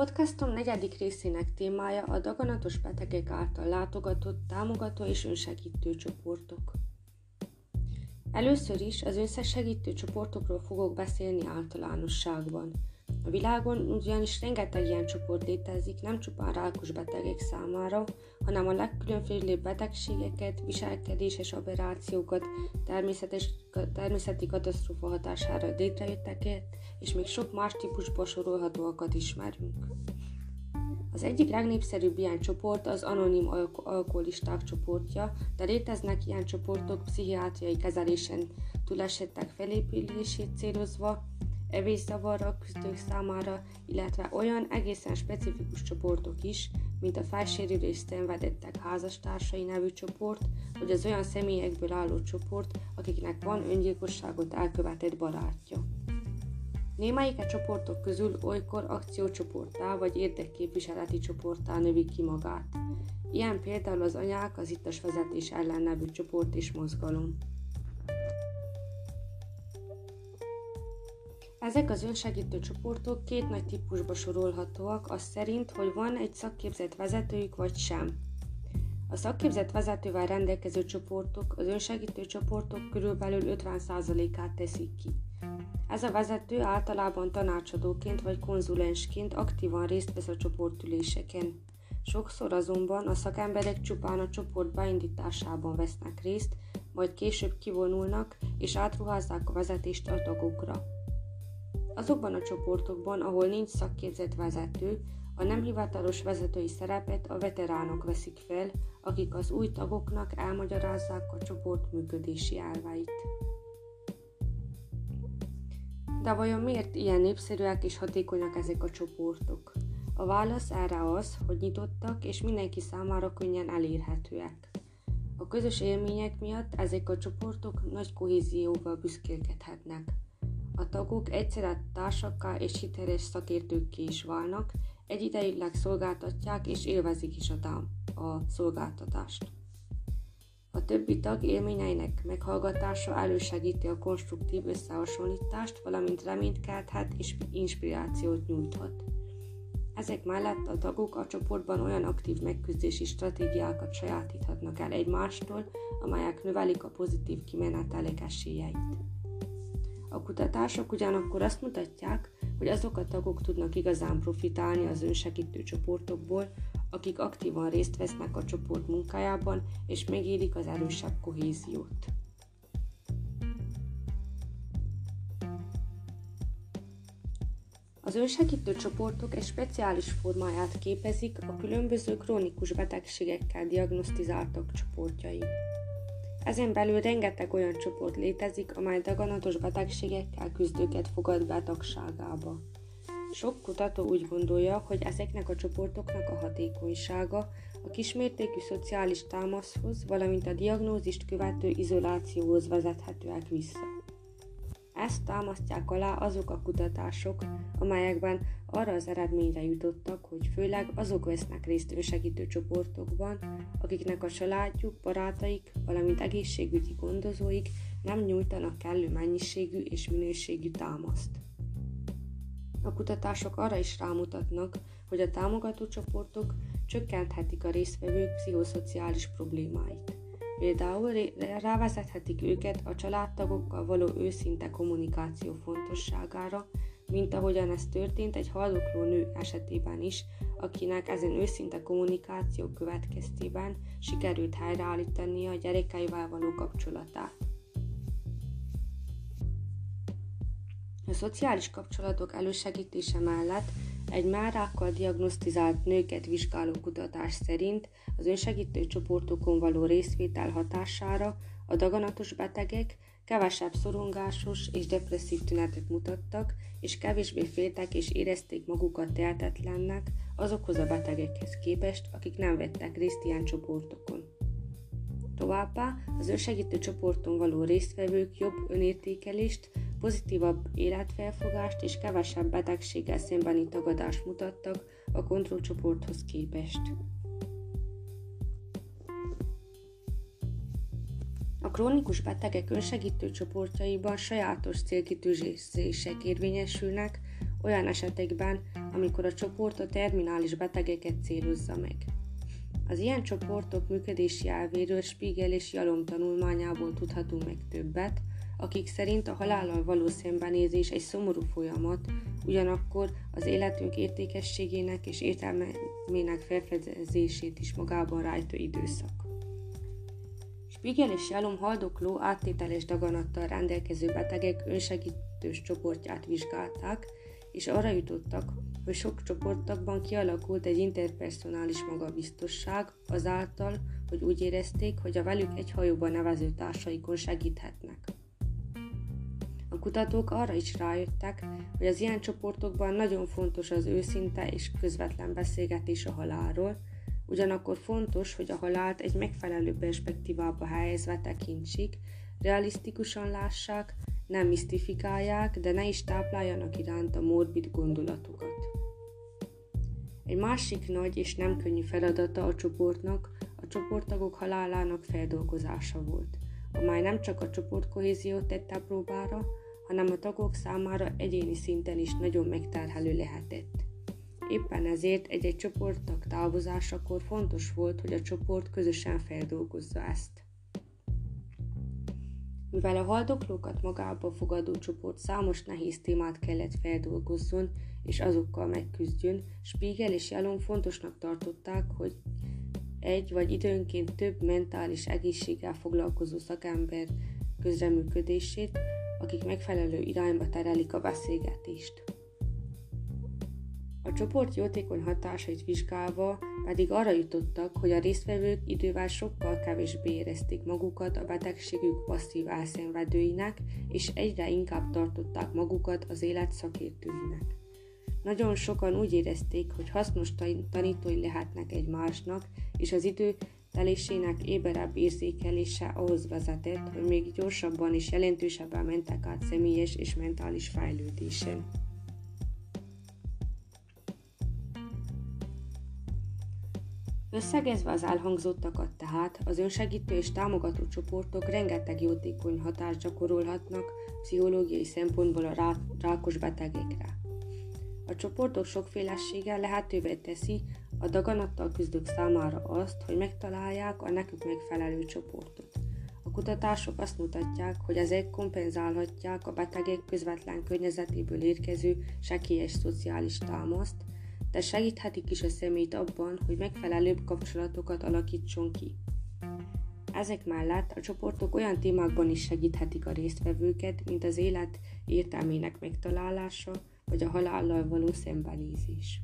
Podcastom negyedik részének témája a daganatos betegek által látogatott támogató és önsegítő csoportok. Először is az önsegítő csoportokról fogok beszélni általánosságban. A világon ugyanis rengeteg ilyen csoport létezik, nem csupán rákos betegek számára, hanem a legkülönfélébb betegségeket, viselkedéses aberrációkat, természeti katasztrófa hatására létrejötteket, és még sok más típusba sorolhatóakat ismerünk. Az egyik legnépszerűbb ilyen csoport az anonim alkoholisták csoportja, de léteznek ilyen csoportok pszichiátriai kezelésen túlesettek felépülését célozva, evészavarral küzdők számára, illetve olyan egészen specifikus csoportok is, mint a fejsérülést szenvedettek házastársai nevű csoport, vagy az olyan személyekből álló csoport, akiknek van öngyilkosságot elkövetett barátja. Némelyik a csoportok közül olykor akciócsoporttá vagy érdekképviseleti csoporttá növi ki magát. Ilyen például az Anyák az ittas vezetés ellen nevű csoport és mozgalom. Ezek az önsegítő csoportok két nagy típusba sorolhatóak, az szerint, hogy van egy szakképzett vezetőjük vagy sem. A szakképzett vezetővel rendelkező csoportok az önsegítő csoportok körülbelül 50%-át teszik ki. Ez a vezető általában tanácsadóként vagy konzulensként aktívan részt vesz a csoportüléseken. Sokszor azonban a szakemberek csupán a csoport beindításában vesznek részt, majd később kivonulnak és átruházzák a vezetést a tagokra. Azokban a csoportokban, ahol nincs szakképzett vezető, a nem hivatalos vezetői szerepet a veteránok veszik fel, akik az új tagoknak elmagyarázzák a csoport működési elveit. De vajon miért ilyen népszerűek és hatékonyak ezek a csoportok? A válasz erre az, hogy nyitottak és mindenki számára könnyen elérhetőek. A közös élmények miatt ezek a csoportok nagy kohézióval büszkélkedhetnek. A tagok egyszerre társakká és hiteles szakértőkké is válnak, egyidejileg szolgáltatják és élvezik is a szolgáltatást. A többi tag élményeinek meghallgatása elősegíti a konstruktív összehasonlítást, valamint reményt kelthet és inspirációt nyújthat. Ezek mellett a tagok a csoportban olyan aktív megküzdési stratégiákat sajátíthatnak el egymástól, amelyek növelik a pozitív kimenetelek esélyeit. A kutatások ugyanakkor azt mutatják, hogy azok a tagok tudnak igazán profitálni az önsegítő csoportokból, akik aktívan részt vesznek a csoport munkájában és megélik az erősebb kohéziót. Az önsegítő csoportok egy speciális formáját képezik a különböző krónikus betegségekkel diagnosztizáltak csoportjai. Ezen belül rengeteg olyan csoport létezik, amely daganatos betegségekkel küzdőket fogad be tagságába. Sok kutató úgy gondolja, hogy ezeknek a csoportoknak a hatékonysága a kismértékű szociális támaszhoz, valamint a diagnózist követő izolációhoz vezethetőek vissza. Ezt támasztják alá azok a kutatások, amelyekben arra az eredményre jutottak, hogy főleg azok vesznek részt önsegítő csoportokban, akiknek a családjuk, barátaik, valamint egészségügyi gondozóik nem nyújtanak kellő mennyiségű és minőségű támaszt. A kutatások arra is rámutatnak, hogy a támogató csoportok csökkenthetik a résztvevők pszichoszociális problémáit. Például rávezethetik őket a családtagokkal való őszinte kommunikáció fontosságára, mint ahogyan ez történt egy haldokló nő esetében is, akinek ezen őszinte kommunikáció következtében sikerült helyreállítania a gyerekeivel való kapcsolatát. A szociális kapcsolatok elősegítése mellett egy már rákkal diagnosztizált nőket vizsgáló kutatás szerint az önsegítő csoportokon való részvétel hatására a daganatos betegek kevesebb szorongásos és depresszív tünetet mutattak, és kevésbé féltek és érezték magukat tehetetlennek azokhoz a betegekhez képest, akik nem vettek részt ilyen csoportokon. Továbbá az önsegítő csoporton való résztvevők jobb önértékelést, pozitívabb életfelfogást és kevesebb betegséggel szembeni tagadást mutattak a kontrollcsoporthoz képest. A krónikus betegek önsegítő csoportjaiban sajátos célkitűzések érvényesülnek, olyan esetekben, amikor a csoport a terminális betegeket célozza meg. Az ilyen csoportok működési elvéről Spiegel és Jalom tanulmányából tudhatunk meg többet, akik szerint a halállal való szembenézés egy szomorú folyamat, ugyanakkor az életünk értékességének és értelmének felfedezését is magában rejtő időszak. Spiegel és Jalom haldokló áttételes daganattal rendelkező betegek önsegítős csoportját vizsgálták, és arra jutottak, hogy sok csoporttagban kialakult egy interpersonális magabiztosság azáltal, hogy úgy érezték, hogy a velük egy hajóban nevező társaikon segíthetnek. A kutatók arra is rájöttek, hogy az ilyen csoportokban nagyon fontos az őszinte és közvetlen beszélgetés a halálról, ugyanakkor fontos, hogy a halált egy megfelelő perspektívába helyezve tekintsék, realisztikusan lássák, nem misztifikálják, de ne is tápláljanak iránta morbid gondolatokat. Egy másik nagy és nem könnyű feladata a csoportnak a csoporttagok halálának feldolgozása volt, amely nem csak a csoportkohéziót tette próbára, hanem a tagok számára egyéni szinten is nagyon megterhelő lehetett. Éppen ezért egy-egy csoporttag távozásakor fontos volt, hogy a csoport közösen feldolgozza ezt. Mivel a haldoklókat magába fogadó csoport számos nehéz témát kellett feldolgozzon és azokkal megküzdjön, Spiegel és Jalom fontosnak tartották, hogy egy vagy időnként több mentális egészséggel foglalkozó szakember közreműködését, akik megfelelő irányba terelik a beszélgetést. A csoport jótékony hatásait vizsgálva pedig arra jutottak, hogy a résztvevők idővel sokkal kevésbé érezték magukat a betegségük passzív elszenvedőinek, és egyre inkább tartották magukat az élet szakértőinek. Nagyon sokan úgy érezték, hogy hasznos tanítói lehetnek egymásnak, és az idő telésének éberebb érzékelése ahhoz vezetett, hogy még gyorsabban és jelentősebben mentek át személyes és mentális fejlődésen. Összegezve az elhangzottakat tehát, az önsegítő és támogató csoportok rengeteg jótékony hatást gyakorolhatnak pszichológiai szempontból a rákos betegekre. A csoportok sokfélesége lehetővé teszi a daganattal küzdők számára azt, hogy megtalálják a nekük megfelelő csoportot. A kutatások azt mutatják, hogy ezek kompenzálhatják a betegek közvetlen környezetéből érkező sekélyes szociális támaszt, de segíthetik is a személyt abban, hogy megfelelőbb kapcsolatokat alakítson ki. Ezek mellett a csoportok olyan témákban is segíthetik a résztvevőket, mint az élet értelmének megtalálása, vagy a halállal való szembenézés.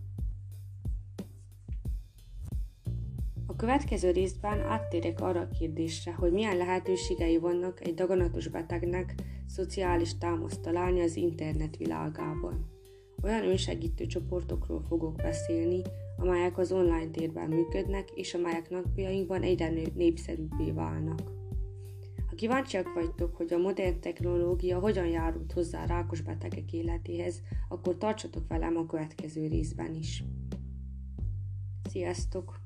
A következő részben áttérek arra a kérdésre, hogy milyen lehetőségei vannak egy daganatos betegnek szociális támaszt találni az internet világában. Olyan önsegítő csoportokról fogok beszélni, amelyek az online térben működnek, és amelyek napjainkban egyre népszerűbbé válnak. Ha kíváncsiak vagytok, hogy a modern technológia hogyan járult hozzá a rákos betegek életéhez, akkor tartsatok velem a következő részben is. Sziasztok!